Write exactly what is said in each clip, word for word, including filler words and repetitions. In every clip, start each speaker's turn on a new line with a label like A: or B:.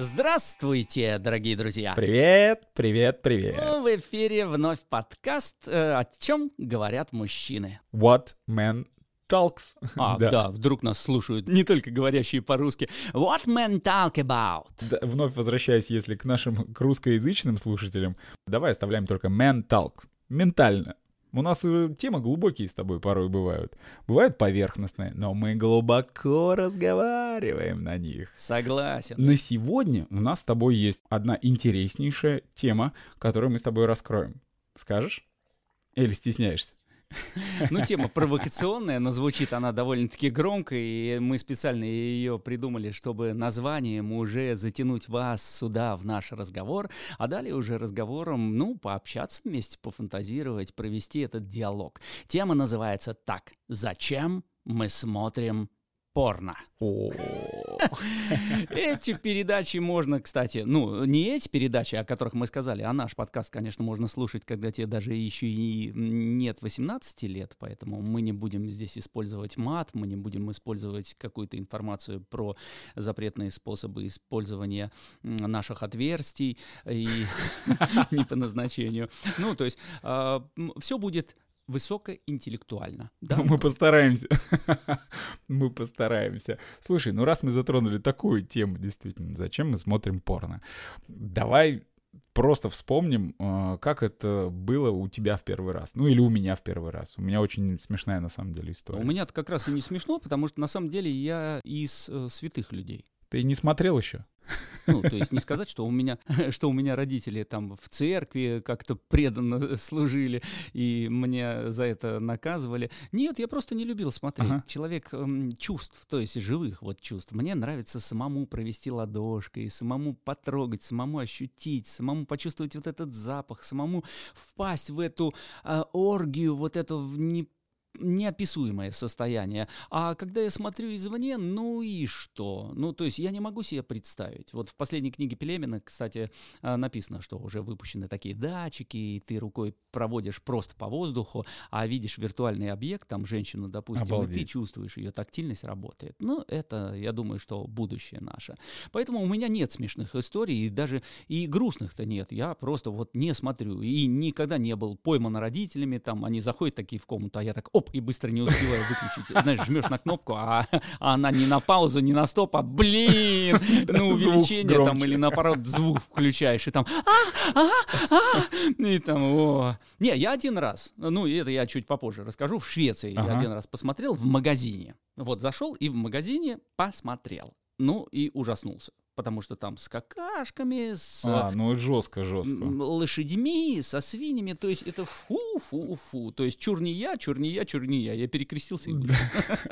A: Здравствуйте, дорогие друзья!
B: Привет, привет, привет!
A: В эфире вновь подкаст э, «О чем говорят мужчины».
B: What men talks.
A: А, да. да, вдруг нас слушают не только говорящие по-русски. What men talk about.
B: Да, вновь возвращаясь, если к нашим к русскоязычным слушателям, давай оставляем только men talk. Ментально. У нас темы глубокие с тобой порой бывают. Бывают поверхностные, но мы глубоко разговариваем на них.
A: Согласен.
B: На сегодня у нас с тобой есть одна интереснейшая тема, которую мы с тобой раскроем. Скажешь? Или стесняешься?
A: Ну, тема провокационная, но звучит она довольно-таки громко, и мы специально ее придумали, чтобы названием уже затянуть вас сюда, в наш разговор, а далее уже разговором, ну, пообщаться вместе, пофантазировать, провести этот диалог. Тема называется так: «Зачем мы смотрим порно?» Эти передачи можно, кстати, ну, не эти передачи, о которых мы сказали, а наш подкаст, конечно, можно слушать, когда тебе даже еще и нет восемнадцати лет, поэтому мы не будем здесь использовать мат, мы не будем использовать какую-то информацию про запретные способы использования наших отверстий и не по назначению. Ну, то есть все будет высокоинтеллектуально. Да?
B: Ну, мы постараемся. Мы постараемся. Слушай, ну раз мы затронули такую тему, действительно, зачем мы смотрим порно? Давай просто вспомним, как это было у тебя в первый раз. Ну, или у меня в первый раз. У меня очень смешная, на самом деле, история.
A: У меня-то как раз и не смешно, потому что, на самом деле, я из э, святых людей.
B: Ты не смотрел еще?
A: Ну, то есть не сказать, что у меня, что у меня родители там в церкви как-то преданно служили и мне за это наказывали. Нет, я просто не любил смотреть. Ага. Человек эм, чувств, то есть живых вот чувств. Мне нравится самому провести ладошкой, самому потрогать, самому ощутить, самому почувствовать вот этот запах, самому впасть в эту э, оргию, вот эту в не неописуемое состояние. А когда я смотрю извне, ну и что? Ну, то есть я не могу себе представить. Вот в последней книге Пелемина, кстати, написано, что уже выпущены такие датчики, и ты рукой проводишь просто по воздуху, а видишь виртуальный объект, там женщину, допустим, Обалдеть. И ты чувствуешь, ее тактильность работает. Ну, это, я думаю, что будущее наше. Поэтому у меня нет смешных историй, и даже и грустных-то нет. Я просто вот не смотрю. И никогда не был пойман родителями, там, они заходят такие в комнату, а я так, оп, и быстро не успеваю выключить. Знаешь, жмешь на кнопку, а, а она не на паузу, не на стоп, а, блин, на увеличение там, или наоборот звук включаешь, и там, а, а, а, и там, о. Не, я один раз, ну, это я чуть попозже расскажу, в Швеции ага. я один раз посмотрел в магазине. Вот, зашел и в магазине посмотрел. Ну, и ужаснулся. Потому что там с какашками, с
B: а, ну, жестко, жестко.
A: лошадьми, со свиньями, то есть это фу-фу-фу, то есть чурния, чурния, чурния. Я перекрестился и вышел.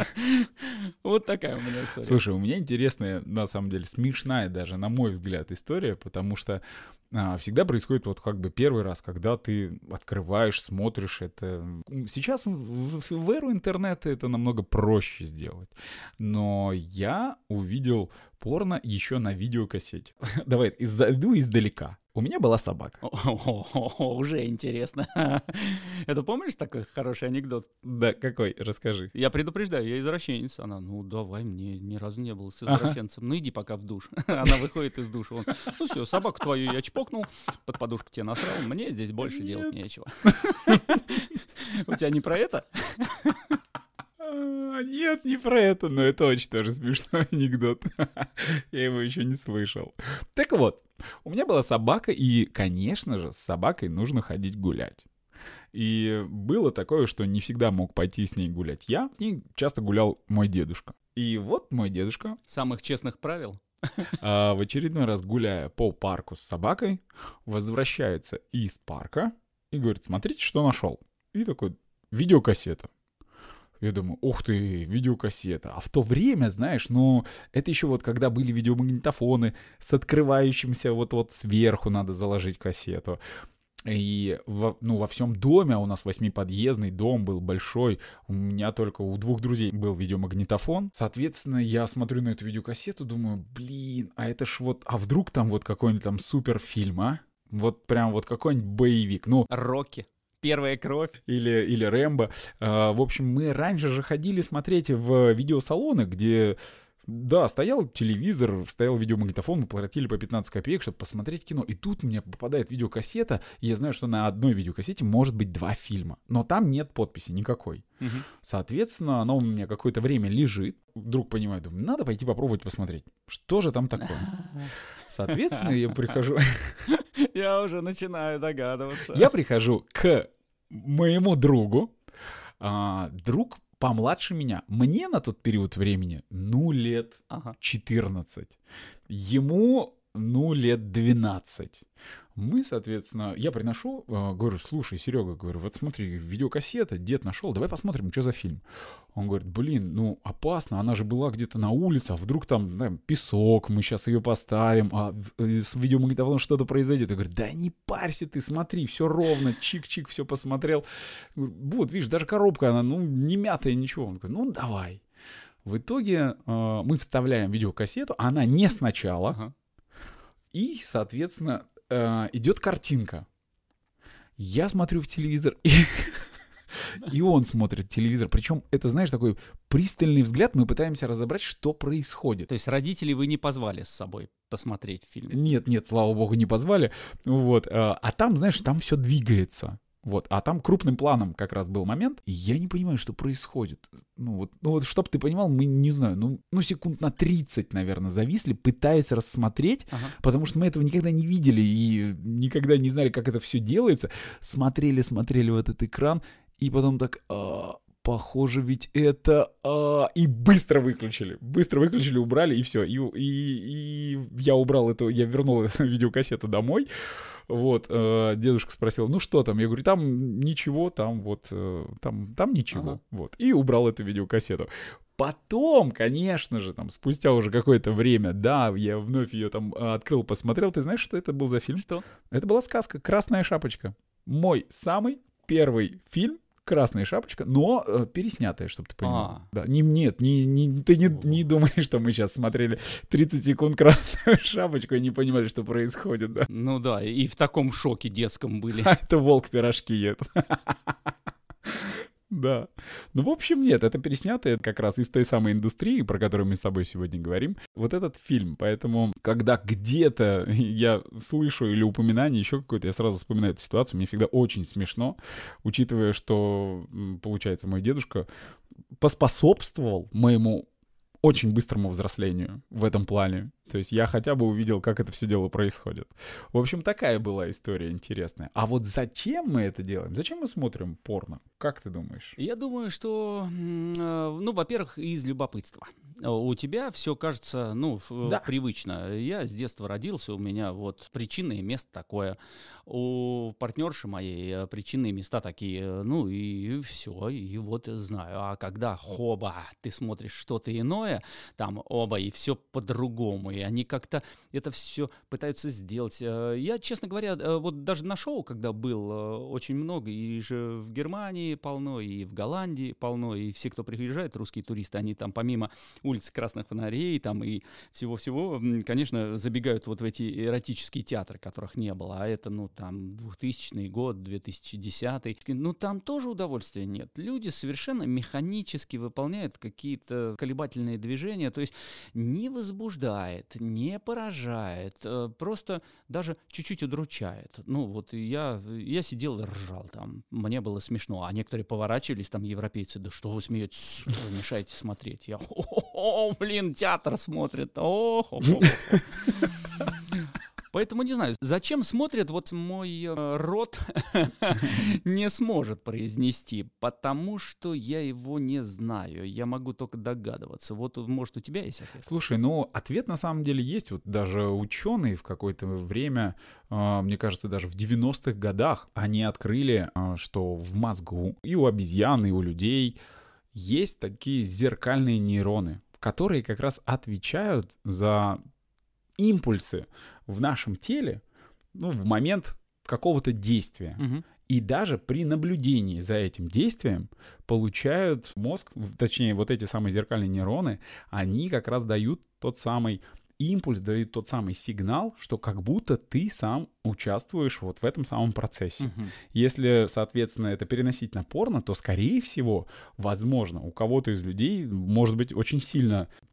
A: Вот такая у меня история.
B: Слушай, у меня интересная, на самом деле, смешная даже, на мой взгляд, история, потому что а, всегда происходит вот как бы первый раз, когда ты открываешь, смотришь это. Сейчас в, в, в эру интернета это намного проще сделать. Но я увидел порно еще на видеокассете. Давай, иду издалека. У меня была собака.
A: О-о-о, уже интересно. Это помнишь такой хороший анекдот?
B: Да, какой? Расскажи.
A: Я предупреждаю, я извращенец. Она, ну давай, мне ни разу не было с извращенцем. Ага. Ну иди пока в душ. Она выходит из душа. Он, ну все, собаку твою я чпокнул, под подушку тебе насрал, мне здесь больше Нет. делать нечего. У тебя не про это?
B: Нет, не про это, но это очень тоже смешной анекдот. Я его еще не слышал. Так вот, у меня была собака, и, конечно же, с собакой нужно ходить гулять. И было такое, что не всегда мог пойти с ней гулять я. С ней часто гулял мой дедушка. И вот мой дедушка...
A: Самых честных правил?
B: А, в очередной раз, гуляя по парку с собакой, возвращается из парка и говорит, смотрите, что нашел. И такой, видеокассета. Я думаю, ух ты, видеокассета. А в то время, знаешь, ну, это еще вот когда были видеомагнитофоны с открывающимся вот-вот сверху надо заложить кассету. И во, ну, во всем доме, а у нас восьмиподъездный дом был большой, у меня только у двух друзей был видеомагнитофон. Соответственно, я смотрю на эту видеокассету, думаю, блин, а это ж вот, а вдруг там вот какой-нибудь там суперфильм, а? Вот прям вот какой-нибудь боевик. Ну,
A: Рокки. Первая кровь.
B: Или, или Рэмбо. А, в общем, мы раньше же ходили смотреть в видеосалоны, где Да, стоял телевизор, стоял видеомагнитофон, мы платили по пятнадцать копеек, чтобы посмотреть кино. И тут мне попадает видеокассета, и я знаю, что на одной видеокассете может быть два фильма. Но там нет подписи никакой. Угу. Соответственно, она у меня какое-то время лежит. Вдруг понимаю, думаю, надо пойти попробовать посмотреть, что же там такое. Соответственно, я прихожу...
A: Я уже начинаю догадываться.
B: Я прихожу к моему другу. А, друг помладше меня. Мне на тот период времени, ну, лет ага. четырнадцать. Ему, ну, лет двенадцать. Мы, соответственно, я приношу, говорю, слушай, Серега, говорю, вот смотри, видеокассета, дед нашел, давай посмотрим, что за фильм. Он говорит, блин, ну, опасно, она же была где-то на улице, а вдруг там, да, песок, мы сейчас ее поставим, а с видеомагнитофоном что-то произойдет. Я говорю, да не парься ты, смотри, все ровно, чик-чик, все посмотрел. Говорю, вот, видишь, даже коробка, она, ну, не мятая, ничего. Он говорит, ну, давай. В итоге э, мы вставляем видеокассету, она не сначала, ага. И, соответственно, э, идет картинка. Я смотрю в телевизор, и, и он смотрит телевизор. Причем это, знаешь, такой пристальный взгляд. Мы пытаемся разобрать, что происходит.
A: То есть родителей вы не позвали с собой посмотреть фильм?
B: Нет, нет, слава богу, не позвали. Вот. А там, знаешь, там все двигается. Вот, а там крупным планом как раз был момент, и я не понимаю, что происходит. Ну вот, ну вот, чтоб ты понимал, мы, не знаю, ну, ну секунд на тридцать, наверное, зависли, пытаясь рассмотреть, ага. потому что мы этого никогда не видели и никогда не знали, как это все делается. Смотрели, смотрели в этот экран, и потом так... А, похоже, ведь это... А... И быстро выключили. Быстро выключили, убрали, и все. И, и, и я убрал эту... Я вернул эту видеокассету домой. Вот. Э, дедушка спросил, ну что там? Я говорю, там ничего, там вот... Э, там, там ничего. Ага. Вот. И убрал эту видеокассету. Потом, конечно же, там, спустя уже какое-то время, да, я вновь ее там открыл, посмотрел. Ты знаешь, что это был за фильм?
A: Что?
B: Это была сказка «Красная шапочка». Мой самый первый фильм «Красная шапочка», но э, переснятая, чтобы ты понимал. Да, не, нет, не, не, ты не, не думаешь, что мы сейчас смотрели тридцать секунд «Красную шапочку» и не понимали, что происходит, да?
A: Ну да, и в таком шоке детском были.
B: А это волк пирожки ест. Да. Ну, в общем, нет, это переснятое как раз из той самой индустрии, про которую мы с тобой сегодня говорим. Вот этот фильм. Поэтому, когда где-то я слышу или упоминание еще какое-то, я сразу вспоминаю эту ситуацию. Мне всегда очень смешно, учитывая, что, получается, мой дедушка поспособствовал моему очень быстрому взрослению в этом плане. То есть я хотя бы увидел, как это все дело происходит. В общем, такая была история интересная. А вот зачем мы это делаем? Зачем мы смотрим порно? Как ты думаешь?
A: Я думаю, что, ну, во-первых, из любопытства. У тебя все кажется, ну, да. привычно. Я с детства родился, у меня вот причинное место такое. У партнерши моей причинные места такие. Ну, и все, и вот знаю. А когда хоба, ты смотришь что-то иное, там оба, и все по-другому. И они как-то это все пытаются сделать. Я, честно говоря, вот даже на шоу, когда был, очень много, и же в Германии полно, и в Голландии полно, и все, кто приезжает, русские туристы, они там помимо улиц красных фонарей там и всего-всего, конечно, забегают вот в эти эротические театры, которых не было. А это, ну, там, двухтысячный год, две тысячи десятый. Ну, там тоже удовольствия нет. Люди совершенно механически выполняют какие-то колебательные движения, то есть не возбуждает, не поражает, просто даже чуть-чуть удручает. Ну, вот я, я сидел и ржал там, мне было смешно, а некоторые поворачивались, там, европейцы, да что вы смеетесь, вы мешаете смотреть. Я, о, блин, театр смотрит, о, Поэтому не знаю, зачем смотрят, вот мой э, рот не сможет произнести, потому что я его не знаю, я могу только догадываться. Вот, может, у тебя есть ответ?
B: Слушай, ну, ответ на самом деле есть. Вот даже ученые в какое-то время, э, мне кажется, даже в девяностых годах, они открыли, э, что в мозгу и у обезьян, и у людей есть такие зеркальные нейроны, которые как раз отвечают за импульсы в нашем теле, ну, в момент какого-то действия. Угу. И даже при наблюдении за этим действием получают мозг, точнее, вот эти самые зеркальные нейроны, они как раз дают тот самый импульс, дают тот самый сигнал, что как будто ты сам участвуешь вот в этом самом процессе. Uh-huh. Если, соответственно, это переносить на порно, то, скорее всего, возможно, у кого-то из людей может быть очень сильно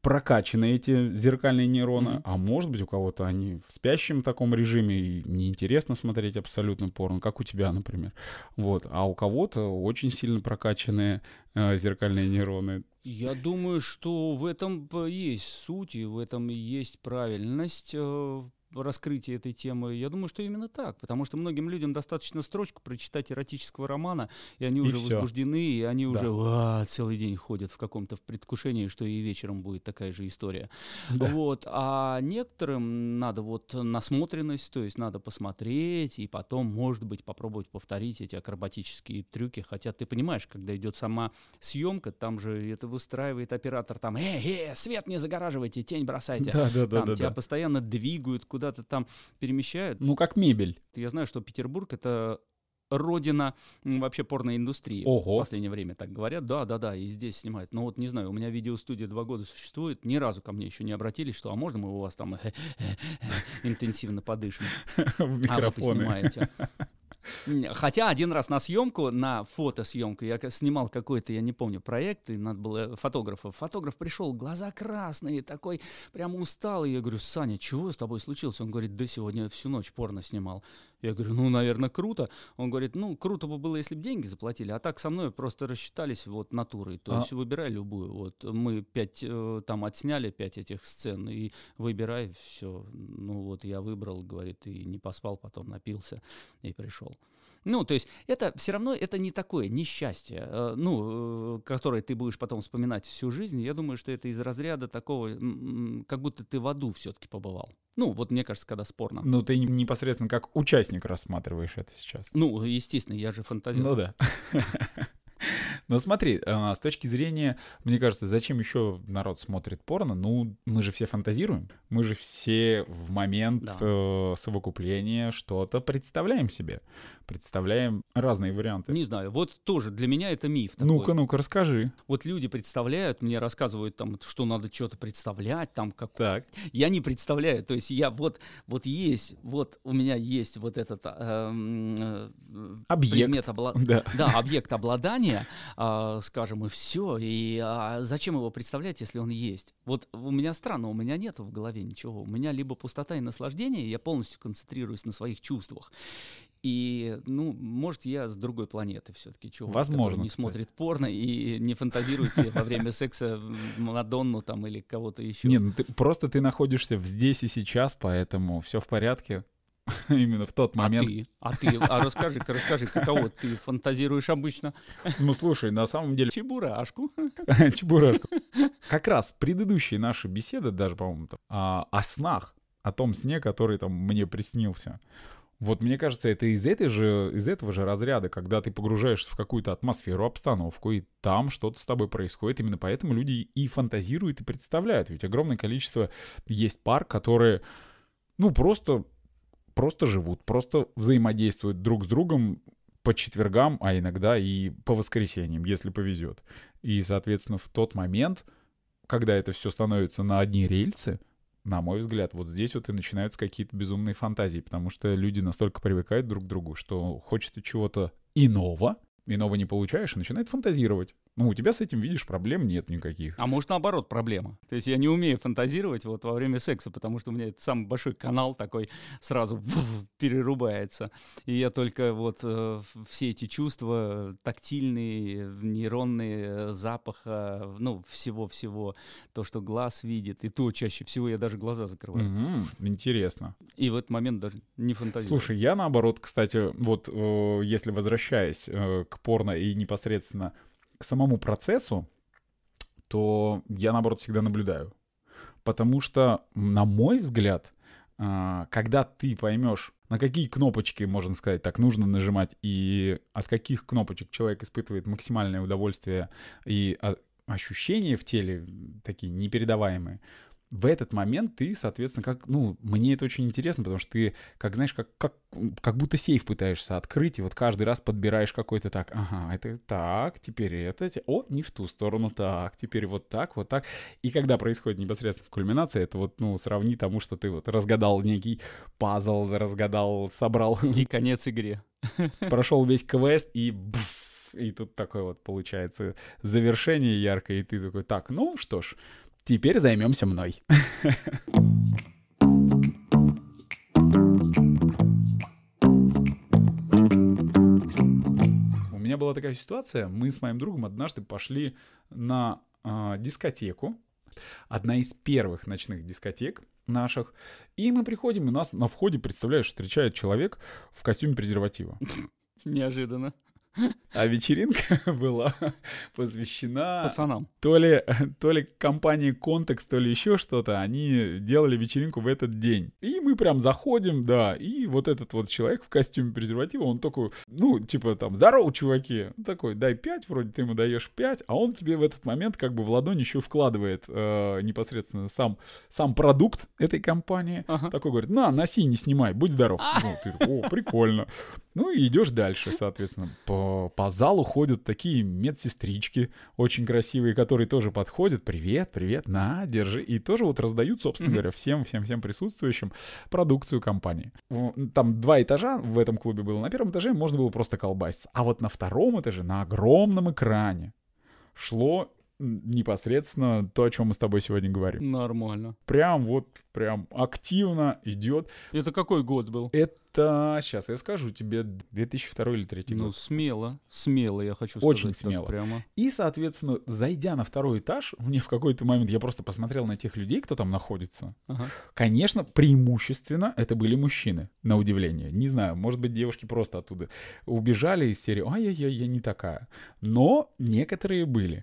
B: прокачаны эти зеркальные нейроны,
A: Mm-hmm.
B: а может быть у кого-то они в спящем таком режиме, и неинтересно смотреть абсолютно порно, как у тебя, например. Вот. А у кого-то очень сильно прокачанные э, зеркальные нейроны.
A: Я думаю, что в этом есть суть, и в этом есть правильность э, раскрытия этой темы. Я думаю, что именно так, потому что многим людям достаточно строчку прочитать эротического романа, и они
B: И
A: уже
B: всё.
A: возбуждены, и они
B: Да.
A: уже «Ва, целый день ходят в каком-то в предвкушении, что и вечером будет такая же история».
B: Да.
A: Вот. А некоторым надо вот насмотренность, то есть надо посмотреть, и потом, может быть, попробовать повторить эти акробатические трюки, хотя ты понимаешь, когда идет сама съемка, там же это выстраивает оператор, там «Эй, эй, свет не загораживайте, тень бросайте».
B: Да, да, да,
A: Там
B: да,
A: тебя
B: да.
A: постоянно двигают, куда-то там перемещают.
B: Ну, как мебель.
A: Я знаю, что Петербург — это родина м, вообще порноиндустрии.
B: Ого.
A: В последнее время так говорят. Да, да, да, и здесь снимают. Но вот не знаю, у меня видеостудия два года существует, ни разу ко мне еще не обратились, что а можно мы у вас там интенсивно подышим?
B: В
A: А вот и
B: микрофоны.
A: снимаете. М, Хотя один раз на съемку, на фотосъемку, я ка- снимал какой-то, я не помню, проект, и надо было фотографа. Фотограф пришел, глаза красные, такой прям усталый. Я говорю: Саня, чего с тобой случилось? Он говорит: да сегодня всю ночь порно снимал. Я говорю: ну, наверное, круто. Он говорит: ну, круто бы было, если бы деньги заплатили, а так со мной просто рассчитались вот натурой. То
B: А-
A: есть выбирай любую. Вот мы пять э, там отсняли пять этих сцен, и выбирай все. Ну вот я выбрал, говорит, и не поспал, потом напился и пришел. Ну, то есть это все равно это не такое несчастье, э, ну, э, которое ты будешь потом вспоминать всю жизнь. Я думаю, что это из разряда такого, м, м, как будто ты в аду все-таки побывал. Ну, вот мне кажется, когда спорно.
B: Ну, ты непосредственно как участник рассматриваешь это сейчас.
A: Ну, естественно, я же фантазирую.
B: Ну да. Но смотри, а, с точки зрения, мне кажется, зачем еще народ смотрит порно? Ну, мы же все фантазируем. Мы же все в момент
A: Да.
B: э, совокупления что-то представляем себе. Представляем разные варианты.
A: Не знаю, вот тоже для меня это миф такой.
B: Ну-ка, ну-ка, расскажи.
A: Вот люди представляют, мне рассказывают там, что надо что-то представлять, там как.
B: Так.
A: Я не представляю, то есть я вот, вот есть, вот у меня есть вот этот эм, э,
B: Объект.
A: предмет обла-
B: Да.
A: Да, объект обладания, а, скажем, и все. И а, зачем его представлять, если он есть? Вот у меня странно, у меня нету в голове ничего. У меня либо пустота и наслаждение, и я полностью концентрируюсь на своих чувствах. И, ну, может, я с другой планеты все-таки, чувак,
B: Возможно,
A: который не
B: кстати.
A: смотрит порно и не фантазирует себе во время секса Мадонну там или кого-то еще.
B: Не, ну ты, просто ты находишься в здесь и сейчас, поэтому все в порядке. Именно в тот момент.
A: А ты? А ты? А расскажи-ка, расскажи, каково ты фантазируешь обычно?
B: Ну, слушай, на самом деле...
A: Чебурашку.
B: Чебурашку. Как раз предыдущие наши беседы, даже, по-моему, там, а, о снах, о том сне, который там мне приснился. Вот мне кажется, это из, этой же, из этого же разряда, когда ты погружаешься в какую-то атмосферу, обстановку, и там что-то с тобой происходит. Именно поэтому люди и фантазируют, и представляют. Ведь огромное количество есть пар, которые, ну, просто, просто живут, просто взаимодействуют друг с другом по четвергам, а иногда и по воскресеньям, если повезет. И, соответственно, в тот момент, когда это все становится на одни рельсы, на мой взгляд, вот здесь вот и начинаются какие-то безумные фантазии, потому что люди настолько привыкают друг к другу, что хочется чего-то иного, иного не получаешь, и начинает фантазировать. Ну, у тебя с этим, видишь, проблем нет никаких.
A: А может, наоборот, проблема. То есть я не умею фантазировать вот во время секса, потому что у меня это самый большой канал такой сразу перерубается. И я только вот э, все эти чувства тактильные, нейронные, запаха, ну, всего-всего, то, что глаз видит, и то чаще всего я даже глаза закрываю.
B: Угу, интересно.
A: И в этот момент даже не фантазирую.
B: Слушай, я наоборот, кстати, вот э, если возвращаясь э, к порно и непосредственно к самому процессу, то я, наоборот, всегда наблюдаю. Потому что, на мой взгляд, э, когда ты поймешь, на какие кнопочки, можно сказать так, нужно нажимать, и от каких кнопочек человек испытывает максимальное удовольствие и а, ощущения в теле такие непередаваемые, в этот момент ты, соответственно, как, ну, мне это очень интересно, потому что ты, как, знаешь, как, как, как будто сейф пытаешься открыть, и вот каждый раз подбираешь какой-то так, ага, это так, теперь это, о, не в ту сторону, так, теперь вот так, вот так. И когда происходит непосредственно кульминация, это вот, ну, сравни тому, что ты вот разгадал некий пазл, разгадал, собрал.
A: И конец игре.
B: Прошел весь квест, и бф, и тут такое вот получается завершение яркое, и ты такой, так, ну что ж, Теперь займемся мной. У меня была такая ситуация. Мы с моим другом однажды пошли на э, дискотеку. Одна из первых ночных дискотек наших. И мы приходим, и нас на входе, представляешь, встречает человек в костюме презерватива.
A: Неожиданно.
B: А вечеринка была посвящена...
A: Пацанам.
B: То ли, то ли компании «Контекст», то ли еще что-то. Они делали вечеринку в этот день. И мы прям заходим, да, и вот этот вот человек в костюме презерватива, он такой, ну, типа там, здорово, чуваки. Он такой, дай пять, вроде ты ему даешь пять, а он тебе в этот момент как бы в ладонь еще вкладывает э, непосредственно сам, сам продукт этой компании. Ага. Такой говорит, на, носи, не снимай, будь здоров. Ну, ты, о, прикольно. Ну и идешь дальше, соответственно. По, по залу ходят такие медсестрички очень красивые, которые тоже подходят. Привет, привет, на, держи. И тоже вот раздают, собственно mm-hmm. говоря, всем, всем, всем присутствующим продукцию компании. Там два этажа в этом клубе было. На первом этаже можно было просто колбаситься. А вот на втором этаже, на огромном экране, шло непосредственно то, о чем мы с тобой сегодня говорим.
A: Нормально.
B: Прям вот, прям активно идет.
A: Это какой год был?
B: Это, сейчас я скажу тебе, две тысячи второй или две тысячи третий
A: ну,
B: год.
A: Ну, смело, смело, я хочу сказать.
B: Очень смело.
A: Прямо.
B: И, соответственно, зайдя на второй этаж, мне в какой-то момент, я просто посмотрел на тех людей, кто там находится. Ага. Конечно, преимущественно это были мужчины, на удивление. Не знаю, может быть, девушки просто оттуда убежали из серии «Ай-яй-яй, я не такая». Но некоторые были.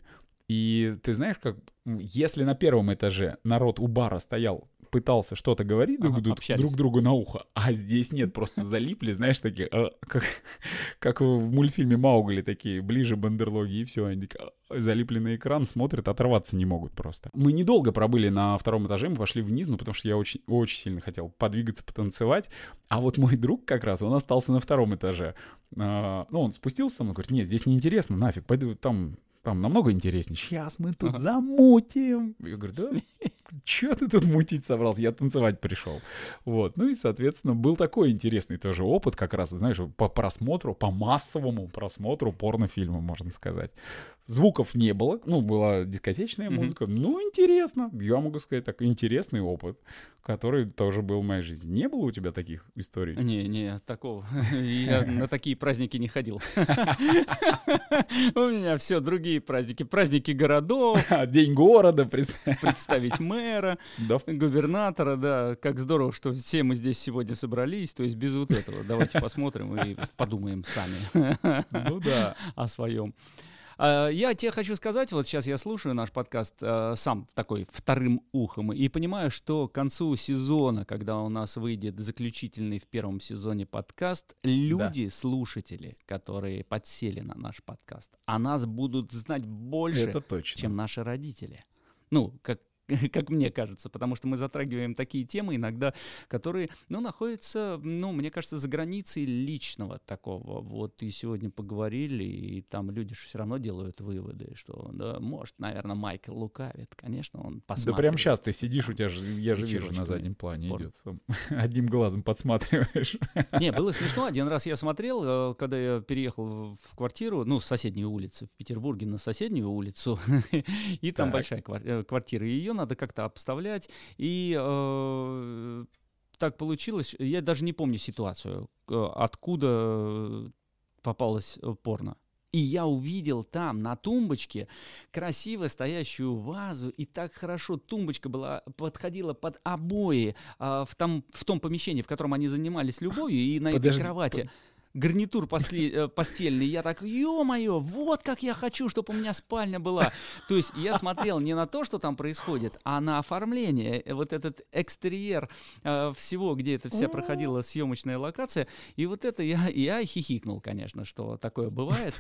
B: И ты знаешь, как если на первом этаже народ у бара стоял, пытался что-то говорить ага, друг, друг другу на ухо, а здесь нет, просто залипли, знаешь, такие, а, как, как в мультфильме Маугли, такие, ближе бандерлоги, и все, они такие, а, залипли на экран, смотрят, оторваться не могут просто. Мы недолго пробыли на втором этаже, мы пошли вниз, ну, потому что я очень, очень сильно хотел подвигаться, потанцевать, а вот мой друг как раз, он остался на втором этаже. А, ну, он спустился, он говорит, нет, здесь неинтересно, нафиг, пойду там... Там намного интереснее. Сейчас мы тут ага. замутим. Я говорю, да? Чё ты тут мутить собрался? Я танцевать пришел. Вот. Ну и, соответственно, был такой интересный тоже опыт, как раз, знаешь, по просмотру, по массовому просмотру порнофильма, можно сказать. Звуков не было, ну, была дискотечная музыка. Mm-hmm. Ну, интересно. Я могу сказать, такой интересный опыт, который тоже был в моей жизни. Не было у тебя таких историй?
A: Не, не, такого. Я на такие праздники не ходил. У меня все другие праздники. Праздники городов.
B: День города.
A: Представить мэра, губернатора, да. Как здорово, что все мы здесь сегодня собрались. То есть без вот этого. Давайте посмотрим и подумаем сами.
B: Ну да.
A: О своем. Я тебе хочу сказать, вот сейчас я слушаю наш подкаст э, сам такой вторым ухом и понимаю, что к концу сезона, когда у нас выйдет заключительный в первом сезоне подкаст, люди, да. слушатели, которые подсели на наш подкаст, о нас будут знать больше, чем наши родители. Ну, как как мне кажется, потому что мы затрагиваем такие темы иногда, которые, ну, находятся, ну, мне кажется, за границей личного такого. Вот и сегодня поговорили, и там люди же все равно делают выводы, что, да, может, наверное, Майкл лукавит, конечно, он посматривает.
B: Да прямо сейчас ты сидишь, у тебя же, я же вижу, на заднем плане Порт. идет, одним глазом подсматриваешь.
A: Не, было смешно, один раз я смотрел, когда я переехал в квартиру, ну, с соседней улицы, в Петербурге на соседнюю улицу, и там так. большая квартира, и ее надо как-то обставлять, и э, так получилось, я даже не помню ситуацию, откуда попалось порно. И я увидел там на тумбочке красиво стоящую вазу, и так хорошо тумбочка была, подходила под обои э, в, том, в том помещении, в котором они занимались любовью, и на Подожди, этой кровати... Под... гарнитур после, постельный, я так, ё-моё, вот как я хочу, чтобы у меня спальня была. То есть я смотрел не на то, что там происходит, а на оформление, вот этот экстерьер э, всего, где это вся проходила съемочная локация, и вот это я, я хихикнул, конечно, что такое бывает.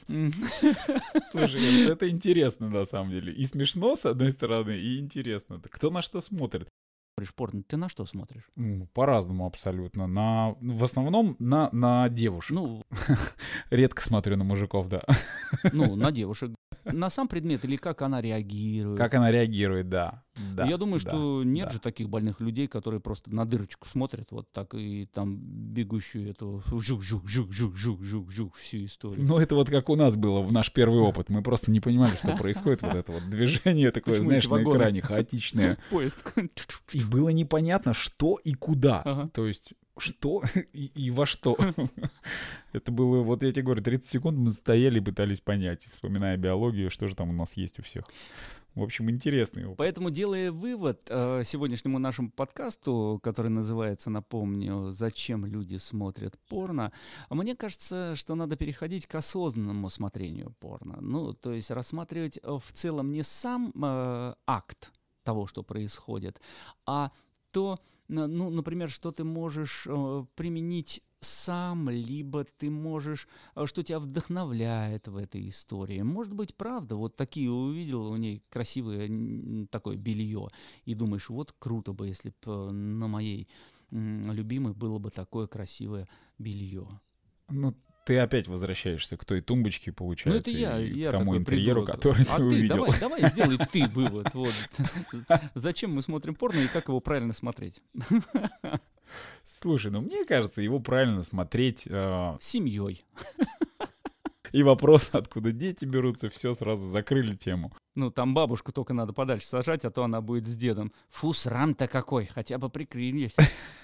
B: Слушай, это интересно на самом деле. И смешно, с одной стороны, и интересно. Кто на что смотрит?
A: Порно, ты на что смотришь?
B: По-разному абсолютно. На, в основном на, на девушек.
A: Ну,
B: редко смотрю на мужиков, да.
A: Ну, на девушек. На сам предмет или как она реагирует?
B: Как она реагирует, да. да
A: Я думаю,
B: да,
A: что нет
B: да.
A: же таких больных людей, которые просто на дырочку смотрят вот так и там бегущую эту жук-жук-жук-жук-жук-жук всю историю.
B: Ну, это вот как у нас было в наш первый опыт. Мы просто не понимали, что происходит. Вот это вот движение такое,
A: Почему
B: знаешь,
A: эти
B: на
A: вагоны?
B: экране хаотичное.
A: Поезд.
B: И было непонятно, что и куда.
A: Ага.
B: То есть, что и, и во что. Это было, вот я тебе говорю, тридцать секунд мы стояли и пытались понять, вспоминая биологию, что же там у нас есть у всех. В общем, интересный опыт.
A: Поэтому, делая вывод э, сегодняшнему нашему подкасту, который называется, напомню, «Зачем люди смотрят порно?», мне кажется, что надо переходить к осознанному смотрению порно. Ну, то есть рассматривать э, в целом не сам э, акт того, что происходит, а то, ну, например, что ты можешь э, применить сам, либо ты можешь, э, что тебя вдохновляет в этой истории. Может быть, правда, вот такие увидел у ней красивое н- такое белье, и думаешь, вот круто бы, если бы на моей м, любимой было бы такое красивое белье.
B: Ну, ты опять возвращаешься к той тумбочке, получается,
A: Ну, это я,
B: и
A: я
B: к тому
A: такой
B: интерьеру,
A: придурок.
B: который
A: А
B: ты
A: ты,
B: увидел.
A: давай, давай сделай ты вывод. Вот. Зачем мы смотрим порно и как его правильно смотреть?
B: Слушай, ну мне кажется, его правильно смотреть. Э,
A: Семьей.
B: и вопрос, откуда дети берутся, все сразу закрыли тему.
A: Ну, там бабушку только надо подальше сажать, а то она будет с дедом. Фу, срам-то какой, хотя бы прикрылись.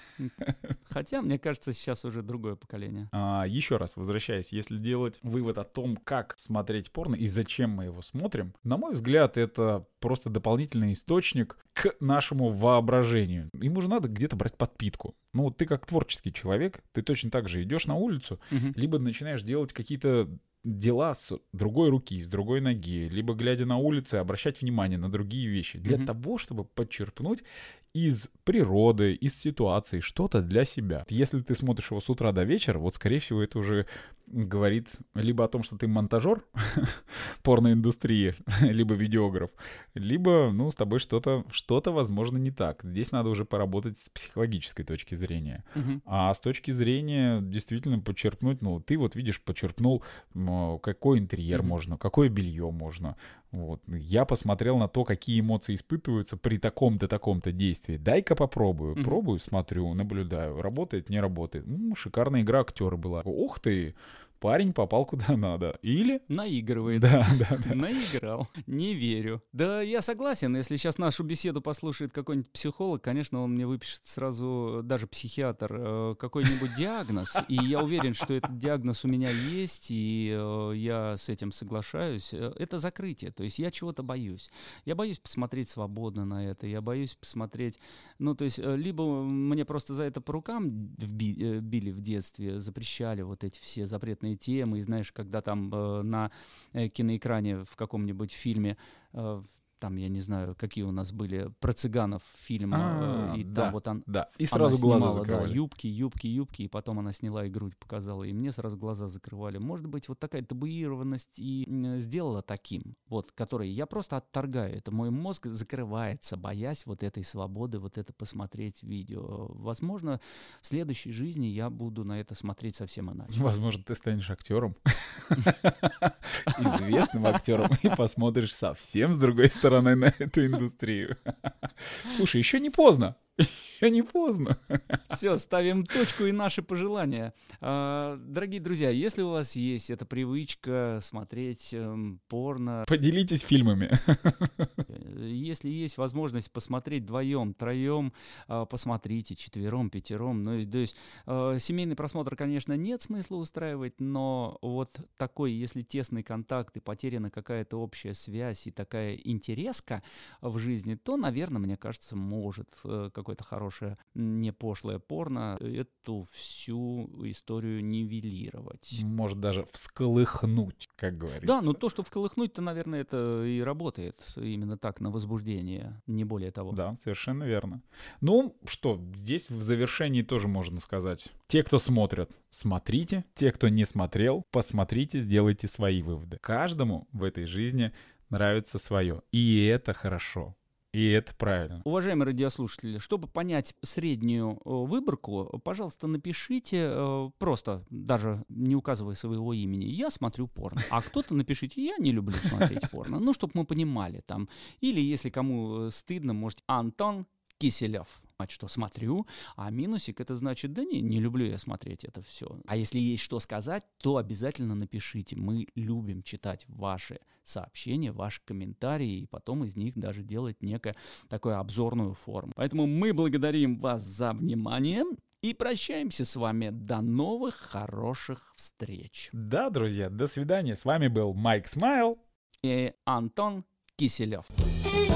A: Хотя, мне кажется, сейчас уже другое поколение.
B: А, еще раз возвращаясь, если делать вывод о том, как смотреть порно и зачем мы его смотрим, на мой взгляд, это просто дополнительный источник к нашему воображению. Ему же надо где-то брать подпитку. Ну, вот ты как творческий человек, ты точно так же идешь на улицу,
A: Мгм.
B: либо начинаешь делать какие-то дела с другой руки, с другой ноги, либо, глядя на улице, обращать внимание на другие вещи. Для
A: Мгм.
B: того, чтобы подчерпнуть из природы, из ситуации что-то для себя. Если ты смотришь его с утра до вечера, вот, скорее всего, это уже говорит либо о том, что ты монтажер порноиндустрии, либо видеограф, либо, ну, с тобой что-то, что-то, возможно, не так. Здесь надо уже поработать с психологической точки зрения.
A: Мгм.
B: А с точки зрения действительно подчерпнуть, ну, ты вот видишь, подчерпнул, м, какой интерьер
A: Мгм.
B: можно, какое белье можно. Вот. Я посмотрел на то, какие эмоции испытываются при таком-то, таком-то действии. Дай-ка попробую.
A: Мгм.
B: Пробую, смотрю, наблюдаю. Работает, не работает. М, шикарная игра актера была. Ух ты, парень попал куда надо. Или...
A: Наигрывает.
B: Да, да, да.
A: Наиграл. Не верю. Да, я согласен. Если сейчас нашу беседу послушает какой-нибудь психолог, конечно, он мне выпишет сразу, даже психиатр, э, какой-нибудь диагноз. И я уверен, что этот диагноз у меня есть, и э, я с этим соглашаюсь. Э, Это закрытие. То есть я чего-то боюсь. Я боюсь посмотреть свободно на это. Я боюсь посмотреть... Ну, то есть э, либо мне просто за это по рукам вби- э, били в детстве, запрещали вот эти все запретные темы, и знаешь, когда там э, на э, киноэкране в каком-нибудь фильме, э, там, я не знаю, какие у нас были про цыганов фильм,
B: А,
A: э, и
B: да,
A: там вот он,
B: да. И
A: она
B: сразу глаза
A: снимала, да,
B: закрывали.
A: юбки, юбки, юбки, и потом она сняла и грудь показала, и мне сразу глаза закрывали. Может быть, вот такая табуированность и м, сделала таким, вот, который я просто отторгаю. Это мой мозг закрывается, боясь вот этой свободы, вот это посмотреть видео. Возможно, в следующей жизни я буду на это смотреть совсем иначе.
B: Возможно, ты станешь актером, известным актером, и посмотришь совсем с другой стороны на эту индустрию. Слушай, еще не поздно. Еще не поздно.
A: Все, ставим точку и наши пожелания. А, дорогие друзья, если у вас есть эта привычка смотреть эм, порно,
B: Поделитесь фильмами.
A: э, если есть возможность посмотреть вдвоем, троем, а, посмотрите четвером, пятером. Ну, и, то есть э, семейный просмотр, конечно, нет смысла устраивать, но вот такой, если тесный контакт и потеряна какая-то общая связь и такая интереска в жизни, то, наверное, мне кажется, может э, какое-то хорошее, не пошлое порно эту всю историю нивелировать.
B: Может даже всколыхнуть, как говорится.
A: Да, ну то, что всколыхнуть-то, наверное, это и работает именно так, на возбуждение, не более того.
B: Да, совершенно верно. Ну, что, здесь в завершении тоже можно сказать. Те, кто смотрят, смотрите. Те, кто не смотрел, посмотрите, сделайте свои выводы. Каждому в этой жизни нравится свое. И это хорошо. И это правильно.
A: Уважаемые радиослушатели, чтобы понять среднюю выборку, пожалуйста, напишите просто, даже не указывая своего имени, я смотрю порно. А кто-то напишите, я не люблю смотреть порно. Ну, чтобы мы понимали там. Или если кому стыдно, может, Антон Киселев. Что смотрю, а минусик это значит, да не, не люблю я смотреть это все. А если есть что сказать, то обязательно напишите. Мы любим читать ваши сообщения, ваши комментарии, и потом из них даже делать некое такую обзорную форму. Поэтому мы благодарим вас за внимание и прощаемся с вами. До новых хороших встреч.
B: Да, друзья, до свидания. С вами был Майк Смайл
A: И Антон Киселев.